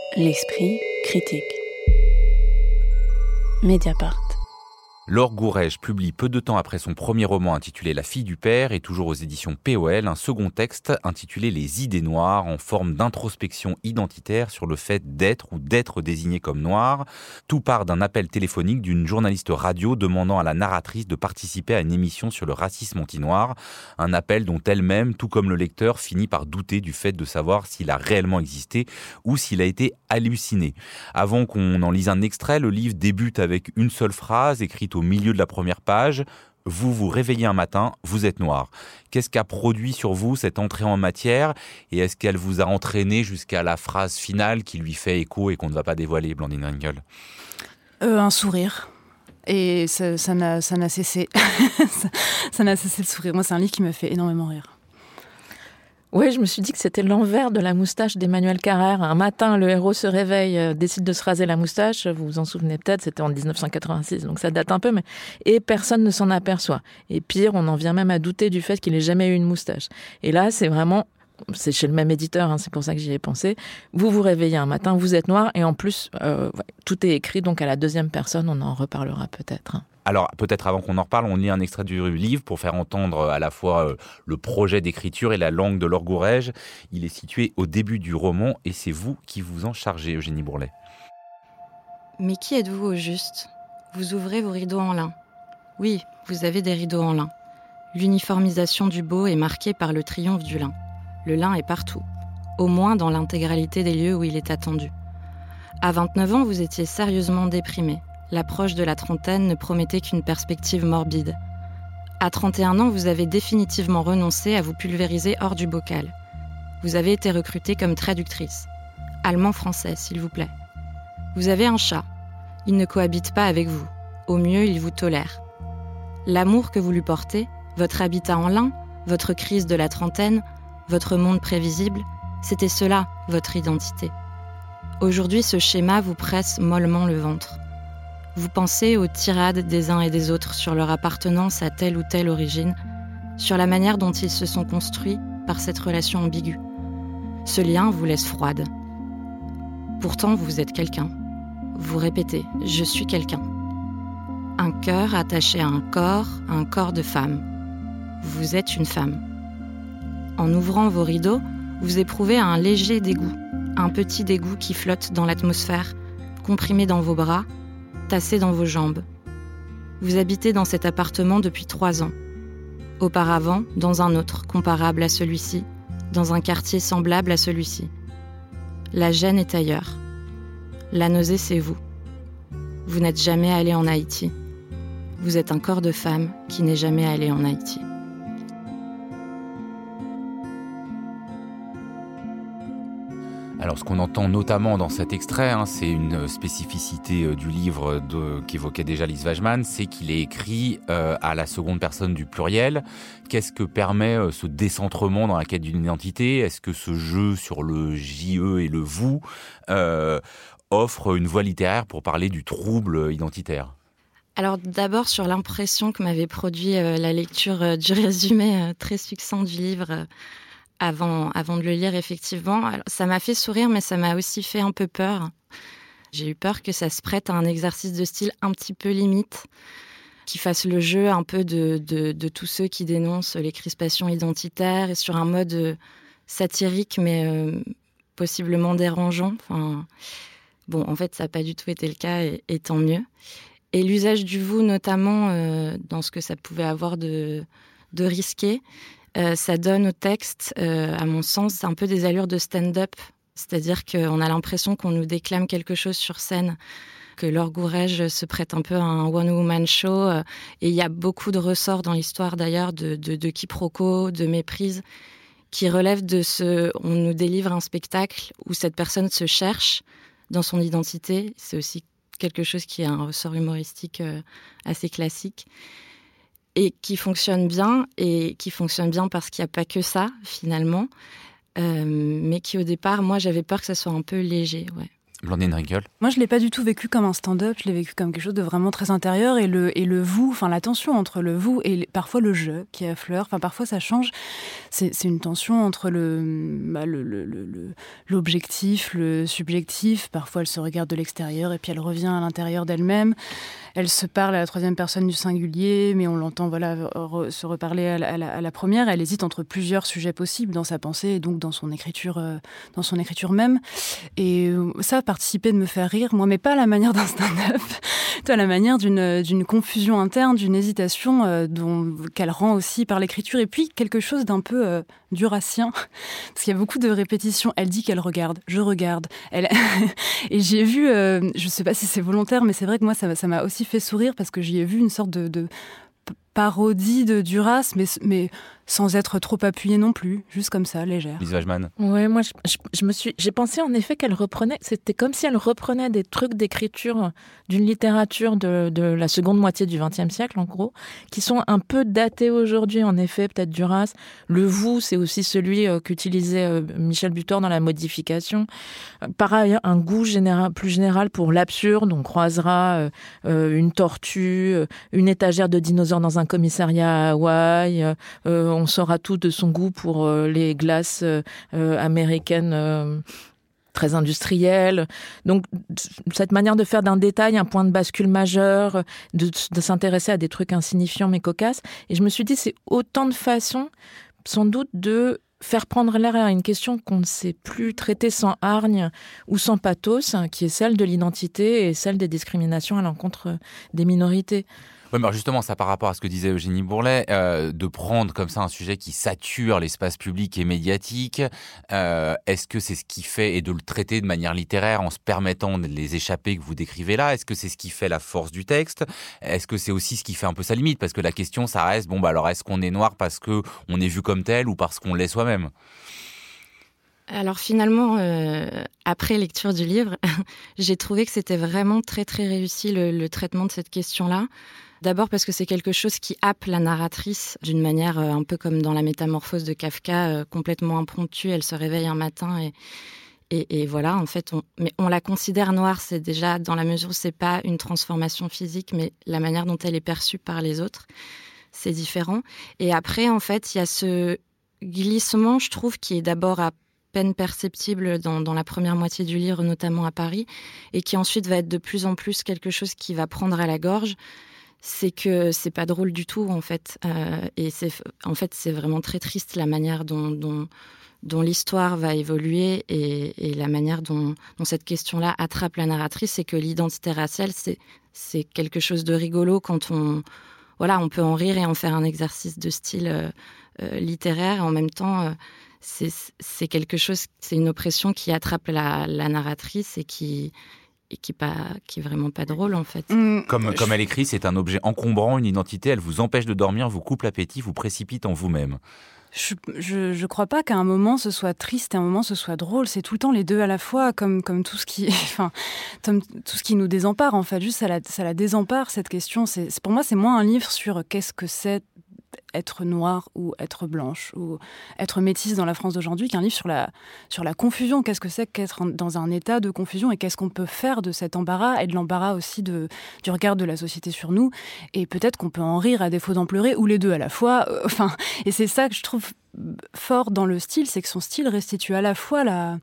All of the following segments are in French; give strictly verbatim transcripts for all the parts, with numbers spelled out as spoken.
L'esprit critique. Mediapart. Laure Gourèges publie peu de temps après son premier roman intitulé La fille du père et toujours aux éditions P O L, un second texte intitulé Les idées noires en forme d'introspection identitaire sur le fait d'être ou d'être désigné comme noir. Tout part d'un appel téléphonique d'une journaliste radio demandant à la narratrice de participer à une émission sur le racisme anti-noir. Un appel dont elle-même, tout comme le lecteur, finit par douter du fait de savoir s'il a réellement existé ou s'il a été halluciné. Avant qu'on en lise un extrait, le livre débute avec une seule phrase écrite au milieu de la première page. Vous vous réveillez un matin, vous êtes noir. Qu'est-ce qu'a produit sur vous cette entrée en matière et est-ce qu'elle vous a entraîné jusqu'à la phrase finale qui lui fait écho et qu'on ne va pas dévoiler, Blandine Ringel ? euh, Un sourire. Et ça, ça, n'a, ça n'a cessé. ça, ça n'a cessé de sourire. Moi, c'est un livre qui me fait énormément rire. Oui, je me suis dit que c'était l'envers de la moustache d'Emmanuel Carrère. Un matin, le héros se réveille, euh, décide de se raser la moustache. Vous vous en souvenez peut-être, c'était en dix-neuf cent quatre-vingt-six, donc ça date un peu. Mais... Et personne ne s'en aperçoit. Et pire, on en vient même à douter du fait qu'il ait jamais eu une moustache. Et là, c'est vraiment... C'est chez le même éditeur, hein, c'est pour ça que j'y ai pensé. Vous vous réveillez un matin, vous êtes noir. Et en plus, euh, ouais, tout est écrit donc à la deuxième personne. On en reparlera peut-être. Hein. Alors, peut-être avant qu'on en reparle, on lit un extrait du livre pour faire entendre à la fois le projet d'écriture et la langue de Laure Gourèges. Il est situé au début du roman et c'est vous qui vous en chargez, Eugénie Bourlet. Mais qui êtes-vous au juste ? Vous ouvrez vos rideaux en lin. Oui, vous avez des rideaux en lin. L'uniformisation du beau est marquée par le triomphe du lin. Le lin est partout, au moins dans l'intégralité des lieux où il est attendu. À vingt-neuf ans, vous étiez sérieusement déprimé. L'approche de la trentaine ne promettait qu'une perspective morbide. À trente et un ans, vous avez définitivement renoncé à vous pulvériser hors du bocal. Vous avez été recrutée comme traductrice. Allemand-français, s'il vous plaît. Vous avez un chat. Il ne cohabite pas avec vous. Au mieux, il vous tolère. L'amour que vous lui portez, votre habitat en lin, votre crise de la trentaine, votre monde prévisible, c'était cela, votre identité. Aujourd'hui, ce schéma vous presse mollement le ventre. Vous pensez aux tirades des uns et des autres sur leur appartenance à telle ou telle origine, sur la manière dont ils se sont construits par cette relation ambiguë. Ce lien vous laisse froide. Pourtant, vous êtes quelqu'un. Vous répétez « je suis quelqu'un ». Un cœur attaché à un corps, un corps de femme. Vous êtes une femme. En ouvrant vos rideaux, vous éprouvez un léger dégoût, un petit dégoût qui flotte dans l'atmosphère, comprimé dans vos bras, tassé dans vos jambes. Vous habitez dans cet appartement depuis trois ans. Auparavant, dans un autre, comparable à celui-ci, dans un quartier semblable à celui-ci. La gêne est ailleurs. La nausée, c'est vous. Vous n'êtes jamais allé en Haïti. Vous êtes un corps de femme qui n'est jamais allé en Haïti. Alors, ce qu'on entend notamment dans cet extrait, hein, c'est une spécificité euh, du livre de, qu'évoquait déjà Lise Wajman, c'est qu'il est écrit euh, à la seconde personne du pluriel. Qu'est-ce que permet euh, ce décentrement dans la quête d'une identité ? Est-ce que ce jeu sur le J E et le vous euh, offre une voie littéraire pour parler du trouble identitaire ? Alors d'abord sur l'impression que m'avait produit euh, la lecture euh, du résumé euh, très succinct du livre euh, Avant, avant de le lire, effectivement. Alors, ça m'a fait sourire, mais ça m'a aussi fait un peu peur. J'ai eu peur que ça se prête à un exercice de style un petit peu limite, qui fasse le jeu un peu de, de, de tous ceux qui dénoncent les crispations identitaires et sur un mode satirique, mais euh, possiblement dérangeant. Enfin, bon, en fait, ça n'a pas du tout été le cas, et, et tant mieux. Et l'usage du « vous », notamment, euh, dans ce que ça pouvait avoir de, de risqué, Euh, ça donne au texte, euh, à mon sens, un peu des allures de stand-up. C'est-à-dire qu'on a l'impression qu'on nous déclame quelque chose sur scène, que Laure Gourèges se prête un peu à un one-woman show. Euh, et il y a beaucoup de ressorts dans l'histoire, d'ailleurs, de, de, de quiproquos, de méprise, qui relèvent de ce... On nous délivre un spectacle où cette personne se cherche dans son identité. C'est aussi quelque chose qui est un ressort humoristique euh, assez classique. Et qui fonctionne bien, et qui fonctionne bien parce qu'il n'y a pas que ça, finalement, euh, mais qui, au départ, moi, j'avais peur que ça soit un peu léger, ouais. Blandine Rinkel. Moi, je ne l'ai pas du tout vécu comme un stand-up, je l'ai vécu comme quelque chose de vraiment très intérieur. Et le, et le vous, enfin la tension entre le vous et le, parfois le je qui affleure, enfin parfois ça change. C'est, c'est une tension entre le, bah, le, le, le, l'objectif, le subjectif. Parfois elle se regarde de l'extérieur et puis elle revient à l'intérieur d'elle-même. Elle se parle à la troisième personne du singulier, mais on l'entend voilà, re, se reparler à la, à, la, à la première. Elle hésite entre plusieurs sujets possibles dans sa pensée et donc dans son écriture, euh, dans son écriture même. Et ça a participé de me faire rire, moi, mais pas à la manière d'un stand-up, à la manière d'une, d'une confusion interne, d'une hésitation euh, dont, qu'elle rend aussi par l'écriture. Et puis quelque chose d'un peu euh, durassien, parce qu'il y a beaucoup de répétitions. Elle dit qu'elle regarde, je regarde. Elle... et j'ai vu, euh, je ne sais pas si c'est volontaire, mais c'est vrai que moi, ça, ça m'a aussi fait sourire parce que j'y ai vu une sorte de, de parodie de Duras, mais, mais sans être trop appuyée non plus, juste comme ça, légère. Lise Wajman. Ouais, moi, je, je, je me suis, j'ai pensé en effet qu'elle reprenait, c'était comme si elle reprenait des trucs d'écriture d'une littérature de, de la seconde moitié du vingtième siècle, en gros, qui sont un peu datés aujourd'hui, en effet, peut-être Duras. Le vous, c'est aussi celui euh, qu'utilisait euh, Michel Butor dans La Modification. Euh, par ailleurs, un goût général, plus général pour l'absurde. On croisera euh, euh, une tortue, euh, une étagère de dinosaures dans un commissariat à Hawaï. Euh, on saura tout de son goût pour euh, les glaces euh, américaines euh, très industrielles. Donc, cette manière de faire d'un détail un point de bascule majeur, de, de s'intéresser à des trucs insignifiants mais cocasses. Et je me suis dit, c'est autant de façons, sans doute, de faire prendre l'air à une question qu'on ne sait plus traiter sans hargne ou sans pathos, hein, qui est celle de l'identité et celle des discriminations à l'encontre des minorités. Oui, mais alors justement, ça par rapport à ce que disait Eugénie Bourlet, euh, de prendre comme ça un sujet qui sature l'espace public et médiatique, euh, est-ce que c'est ce qui fait, et de le traiter de manière littéraire en se permettant les échappées que vous décrivez là, est-ce que c'est ce qui fait la force du texte? Est-ce que c'est aussi ce qui fait un peu sa limite? Parce que la question, ça reste, bon, bah alors est-ce qu'on est noir parce qu'on est vu comme tel ou parce qu'on l'est soi-même? Alors finalement, euh, après lecture du livre, j'ai trouvé que c'était vraiment très très réussi le, le traitement de cette question-là. D'abord parce que c'est quelque chose qui happe la narratrice d'une manière euh, un peu comme dans la métamorphose de Kafka, euh, complètement impromptue. Elle se réveille un matin et, et, et voilà, en fait, on, mais on la considère noire. C'est déjà dans la mesure où c'est pas une transformation physique, mais la manière dont elle est perçue par les autres, c'est différent. Et après, en fait, il y a ce glissement, je trouve, qui est d'abord à peine perceptible dans, dans la première moitié du livre, notamment à Paris, et qui ensuite va être de plus en plus quelque chose qui va prendre à la gorge. C'est que c'est pas drôle du tout, en fait. Euh, et c'est, en fait, c'est vraiment très triste la manière dont, dont, dont l'histoire va évoluer et, et la manière dont, dont cette question-là attrape la narratrice. C'est que l'identité raciale, c'est, c'est quelque chose de rigolo quand on... Voilà, on peut en rire et en faire un exercice de style euh, euh, littéraire. En même temps, euh, c'est, c'est quelque chose... C'est une oppression qui attrape la, la narratrice et qui... et qui pas qui est vraiment pas drôle en fait. Mmh, comme, je... comme elle écrit, c'est un objet encombrant, une identité, elle vous empêche de dormir, vous coupe l'appétit, vous précipite en vous-même. Je, je, je crois pas qu'à un moment ce soit triste et à un moment ce soit drôle, c'est tout le temps les deux à la fois, comme, comme tout ce qui, enfin, comme tout ce qui nous désempare en fait, juste ça la, ça la désempare cette question. C'est, c'est, pour moi c'est moins un livre sur qu'est-ce que c'est être noire ou être blanche ou être métisse dans la France d'aujourd'hui qu'un livre sur la, sur la confusion. Qu'est-ce que c'est qu'être dans un état de confusion et qu'est-ce qu'on peut faire de cet embarras et de l'embarras aussi de, du regard de la société sur nous. Et peut-être qu'on peut en rire à défaut d'en pleurer ou les deux à la fois. Euh, enfin, et c'est ça que je trouve fort dans le style, c'est que son style restitue à la fois la...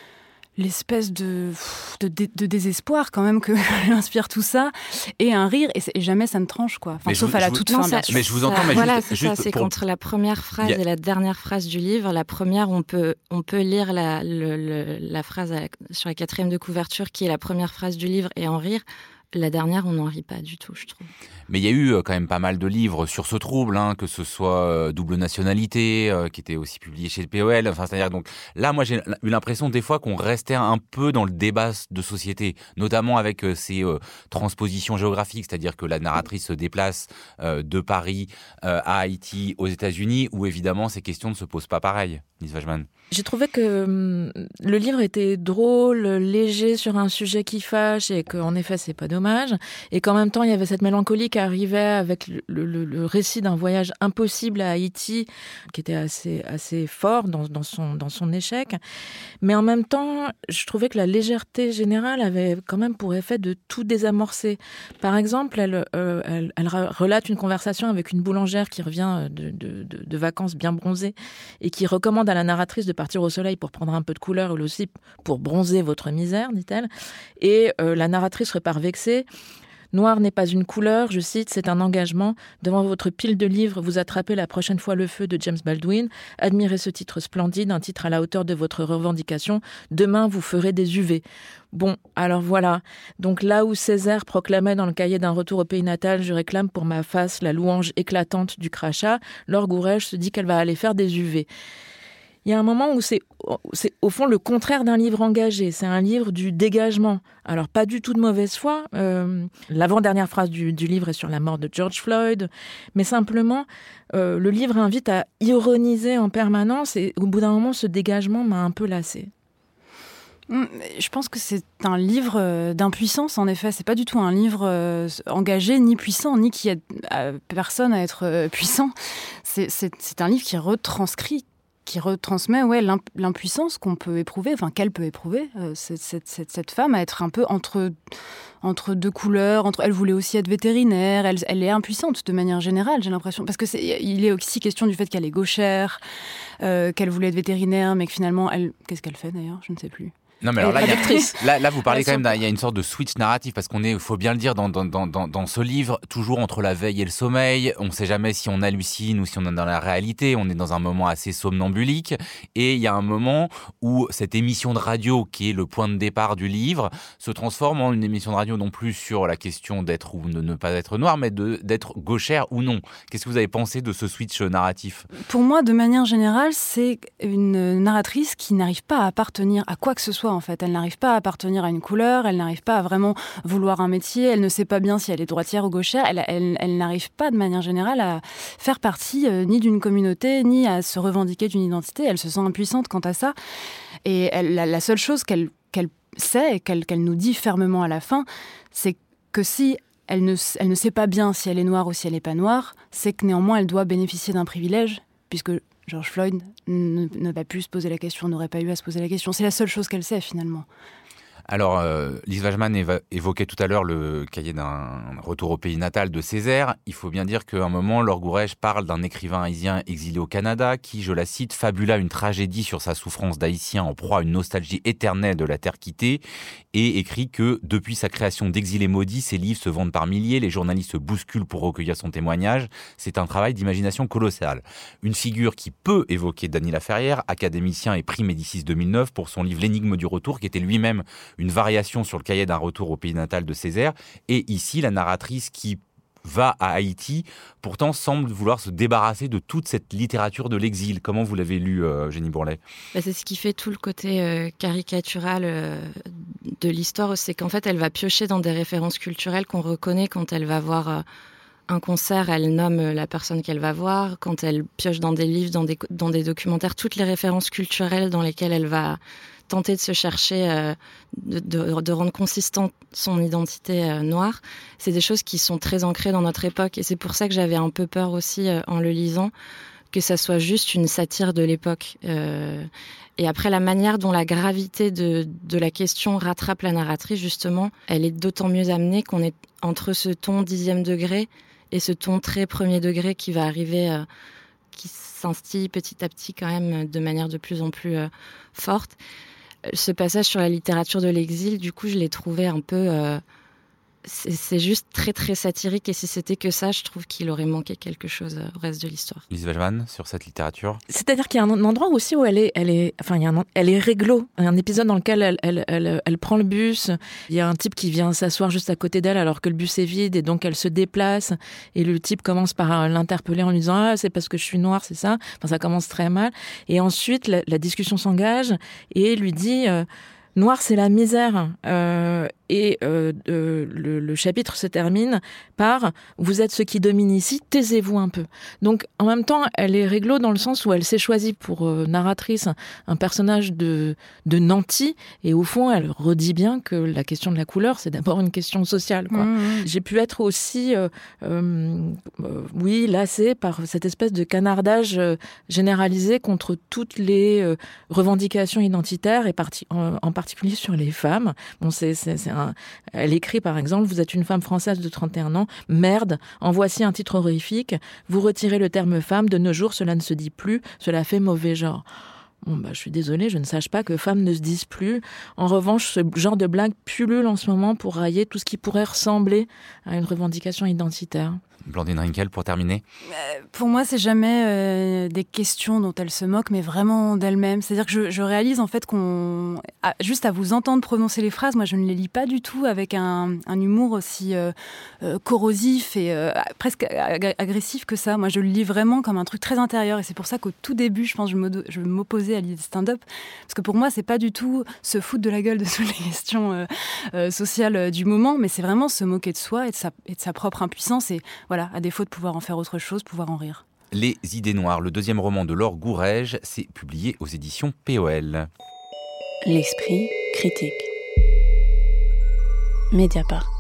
l'espèce de, de, de désespoir quand même que lui inspire tout ça et un rire et, et jamais ça ne tranche quoi, enfin, sauf vous, à la vous, toute non, fin ça, mais je vous entends mais voilà juste, c'est juste ça c'est pour... qu'entre la première phrase yeah. et la dernière phrase du livre, la première on peut, on peut lire la, le, le, la phrase à la, sur la quatrième de couverture qui est la première phrase du livre et en rire. La dernière, on n'en rit pas du tout, je trouve. Mais il y a eu quand même pas mal de livres sur ce trouble, hein, que ce soit euh, Double Nationalité, euh, qui était aussi publié chez le P O L. Enfin, c'est-à-dire, donc, là, moi, j'ai eu l'impression des fois qu'on restait un peu dans le débat de société, notamment avec euh, ces euh, transpositions géographiques, c'est-à-dire que la narratrice se déplace euh, de Paris euh, à Haïti, aux États-Unis, où évidemment, ces questions ne se posent pas pareil. Lise Wajman? J'ai trouvé que hum, le livre était drôle, léger sur un sujet qui fâche et qu'en effet, c'est pas dommage. Et qu'en même temps, il y avait cette mélancolie qui arrivait avec le, le, le récit d'un voyage impossible à Haïti qui était assez, assez fort dans, dans, son, dans son échec. Mais en même temps, je trouvais que la légèreté générale avait quand même pour effet de tout désamorcer. Par exemple, elle, euh, elle, elle relate une conversation avec une boulangère qui revient de, de, de, de vacances bien bronzée et qui recommande à la narratrice de partir au soleil pour prendre un peu de couleur et aussi pour bronzer votre misère, dit-elle. Et euh, la narratrice repart vexée. Noir n'est pas une couleur, je cite, c'est un engagement. Devant votre pile de livres, vous attrapez la prochaine fois le feu de James Baldwin. Admirez ce titre splendide, un titre à la hauteur de votre revendication. Demain, vous ferez des U V. Bon, alors voilà. Donc là où Césaire proclamait dans le cahier d'un retour au pays natal, je réclame pour ma face la louange éclatante du crachat, Laure Gourèche se dit qu'elle va aller faire des U V. Il y a un moment où c'est, c'est au fond le contraire d'un livre engagé. C'est un livre du dégagement. Alors, pas du tout de mauvaise foi. Euh, l'avant-dernière phrase du, du livre est sur la mort de George Floyd. Mais simplement, euh, le livre invite à ironiser en permanence. Et au bout d'un moment, ce dégagement m'a un peu lassée. Je pense que c'est un livre d'impuissance, en effet. C'est pas du tout un livre engagé, ni puissant, ni qui aide personne à être puissant. C'est, c'est, c'est un livre qui retranscrit qui retransmet ouais, l'impuissance qu'on peut éprouver, enfin qu'elle peut éprouver, euh, cette, cette, cette, cette femme, à être un peu entre, entre deux couleurs. Entre, elle voulait aussi être vétérinaire, elle, elle est impuissante de manière générale, j'ai l'impression. Parce qu'il est aussi question du fait qu'elle est gauchère, euh, qu'elle voulait être vétérinaire, mais que finalement, elle... Qu'est-ce qu'elle fait d'ailleurs ? Je ne sais plus. Non mais alors là, il y a, là, là vous parlez quand même d'un, il y a une sorte de switch narratif parce qu'on est, il faut bien le dire, dans, dans, dans, dans ce livre, toujours entre la veille et le sommeil. On ne sait jamais si on hallucine ou si on est dans la réalité. On est dans un moment assez somnambulique et il y a un moment où cette émission de radio qui est le point de départ du livre se transforme en une émission de radio non plus sur la question d'être ou de ne pas être noir, mais de, d'être gauchère ou non. Qu'est-ce que vous avez pensé de ce switch narratif ? Pour moi, de manière générale, c'est une narratrice qui n'arrive pas à appartenir à quoi que ce soit. En fait, elle n'arrive pas à appartenir à une couleur, elle n'arrive pas à vraiment vouloir un métier, elle ne sait pas bien si elle est droitière ou gauchère, elle, elle, elle n'arrive pas de manière générale à faire partie euh, ni d'une communauté, ni à se revendiquer d'une identité, elle se sent impuissante quant à ça. Et elle, la, la seule chose qu'elle, qu'elle sait et qu'elle, qu'elle nous dit fermement à la fin, c'est que si elle ne, elle ne sait pas bien si elle est noire ou si elle n'est pas noire, c'est que néanmoins elle doit bénéficier d'un privilège, puisque George Floyd ne, ne va plus se poser la question, n'aurait pas eu à se poser la question. C'est la seule chose qu'elle sait, finalement. Alors, euh, Lise Wajman éva- évoquait tout à l'heure le cahier d'un retour au pays natal de Césaire. Il faut bien dire qu'à un moment, Laure Gourèche parle d'un écrivain haïtien exilé au Canada qui, je la cite, fabula une tragédie sur sa souffrance d'haïtien en proie à une nostalgie éternelle de la terre quittée et écrit que, depuis sa création d'Exilé maudit, ses livres se vendent par milliers, les journalistes se bousculent pour recueillir son témoignage. C'est un travail d'imagination colossal. Une figure qui peut évoquer Dany Laferrière, académicien et prix Médicis deux mille neuf pour son livre L'énigme du retour, qui était lui-même une variation sur le cahier d'un retour au pays natal de Césaire. Et ici, la narratrice qui va à Haïti, pourtant semble vouloir se débarrasser de toute cette littérature de l'exil. Comment vous l'avez lu, euh, Jenny Bourlet ? Bah, c'est ce qui fait tout le côté euh, caricatural euh, de l'histoire, c'est qu'en fait, elle va piocher dans des références culturelles qu'on reconnaît quand elle va voir euh, un concert, elle nomme la personne qu'elle va voir. Quand elle pioche dans des livres, dans des, dans des documentaires, toutes les références culturelles dans lesquelles elle va tenter de se chercher, euh, de, de, de rendre consistante son identité euh, noire, c'est des choses qui sont très ancrées dans notre époque. Et c'est pour ça que j'avais un peu peur aussi, euh, en le lisant, que ça soit juste une satire de l'époque. Euh, et après, la manière dont la gravité de, de la question rattrape la narratrice, justement, elle est d'autant mieux amenée qu'on est entre ce ton dixième degré et ce ton très premier degré qui va arriver, euh, qui s'instille petit à petit quand même de manière de plus en plus euh, forte. Ce passage sur la littérature de l'exil, du coup, je l'ai trouvé un peu... Euh, c'est, c'est juste très, très satirique. Et si c'était que ça, je trouve qu'il aurait manqué quelque chose au reste de l'histoire. Lise Wajman, sur cette littérature ? C'est-à-dire qu'il y a un endroit aussi où elle est, elle est, enfin, il y a un, elle est réglo. Un épisode dans lequel elle, elle, elle, elle prend le bus. Il y a un type qui vient s'asseoir juste à côté d'elle alors que le bus est vide et donc elle se déplace. Et le type commence par l'interpeller en lui disant « Ah, c'est parce que je suis noire, c'est ça ?» Enfin, ça commence très mal. Et ensuite, la, la discussion s'engage et lui dit euh, « Noir, c'est la misère. Euh, » Et euh, euh, le, le chapitre se termine par « Vous êtes ce qui domine ici, taisez-vous un peu ». Donc, en même temps, elle est réglo dans le sens où elle s'est choisie pour euh, narratrice un personnage de, de nanti, et au fond, elle redit bien que la question de la couleur, c'est d'abord une question sociale, quoi. Mmh. J'ai pu être aussi, euh, euh, euh, oui, lassée par cette espèce de canardage euh, généralisé contre toutes les euh, revendications identitaires, et parti- en, en particulier sur les femmes. Bon, c'est, c'est, c'est un... Elle écrit, par exemple, « Vous êtes une femme française de trente et un ans, merde, en voici un titre horrifique, vous retirez le terme femme, de nos jours, cela ne se dit plus, cela fait mauvais genre. » Bon, bah, je suis désolée, je ne sache pas que femmes ne se disent plus. En revanche, ce genre de blague pullule en ce moment pour railler tout ce qui pourrait ressembler à une revendication identitaire. Blandine Rinkel, pour terminer. Euh, pour moi, c'est jamais euh, des questions dont elle se moque, mais vraiment d'elle-même. C'est-à-dire que je, je réalise en fait qu'on, à, juste à vous entendre prononcer les phrases, moi je ne les lis pas du tout avec un, un humour aussi euh, euh, corrosif et euh, presque ag- agressif que ça. Moi, je le lis vraiment comme un truc très intérieur, et c'est pour ça qu'au tout début, je pense, je, me, je m'opposais à l'idée de stand-up, parce que pour moi, c'est pas du tout se foutre de la gueule de toutes les questions euh, euh, sociales du moment, mais c'est vraiment se moquer de soi et de sa, et de sa propre impuissance. Et voilà. À défaut de pouvoir en faire autre chose, pouvoir en rire. Les idées noires, le deuxième roman de Laure Gourèges, c'est publié aux éditions P O L. L'esprit critique. Mediapart.